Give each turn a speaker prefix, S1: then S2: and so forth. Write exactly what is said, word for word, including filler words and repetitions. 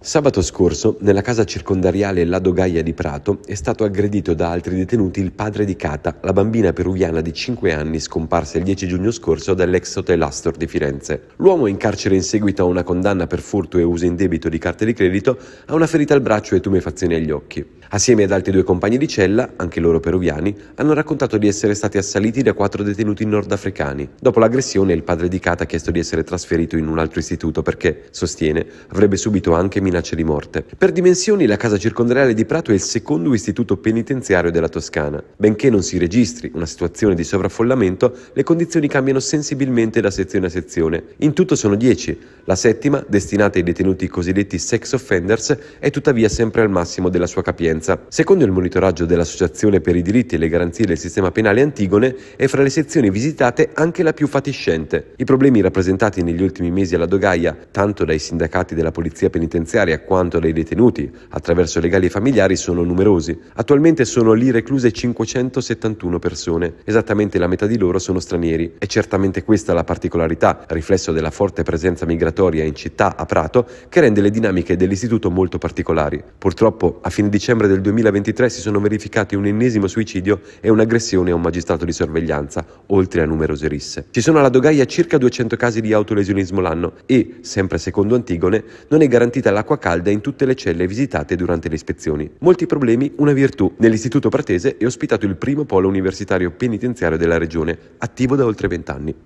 S1: Sabato scorso, nella casa circondariale La Dogaia di Prato, è stato aggredito da altri detenuti il padre di Cata, la bambina peruviana di cinque anni scomparsa il dieci giugno scorso dall'ex Hotel Astor di Firenze. L'uomo è in carcere in seguito a una condanna per furto e uso indebito di carte di credito, ha una ferita al braccio e tumefazioni agli occhi. Assieme ad altri due compagni di cella, anche loro peruviani, hanno raccontato di essere stati assaliti da quattro detenuti nordafricani. Dopo l'aggressione, il padre di Cata ha chiesto di essere trasferito in un altro istituto perché, sostiene, avrebbe subito anche minacce di morte. Per dimensioni, la casa circondariale di Prato è il secondo istituto penitenziario della Toscana. Benché non si registri una situazione di sovraffollamento, le condizioni cambiano sensibilmente da sezione a sezione. In tutto sono dieci. La settima, destinata ai detenuti cosiddetti sex offenders, è tuttavia sempre al massimo della sua capienza. Secondo il monitoraggio dell'Associazione per i diritti e le garanzie del sistema penale Antigone, è fra le sezioni visitate anche la più fatiscente. I problemi rappresentati negli ultimi mesi alla Dogaia, tanto dai sindacati della polizia penitenziaria quanto dai detenuti, attraverso legali e familiari, sono numerosi. Attualmente sono lì recluse cinquecentosettantuno persone, esattamente la metà di loro sono stranieri. È certamente questa la particolarità, riflesso della forte presenza migratoria in città a Prato, che rende le dinamiche dell'istituto molto particolari. Purtroppo, a fine dicembre del duemilaventitré si sono verificati un ennesimo suicidio e un'aggressione a un magistrato di sorveglianza, oltre a numerose risse. Ci sono alla Dogaia circa duecento casi di autolesionismo l'anno e, sempre secondo Antigone, non è garantita l'acqua calda in tutte le celle visitate durante le ispezioni. Molti problemi, una virtù. Nell'istituto pratese è ospitato il primo polo universitario penitenziario della regione, attivo da oltre vent'anni.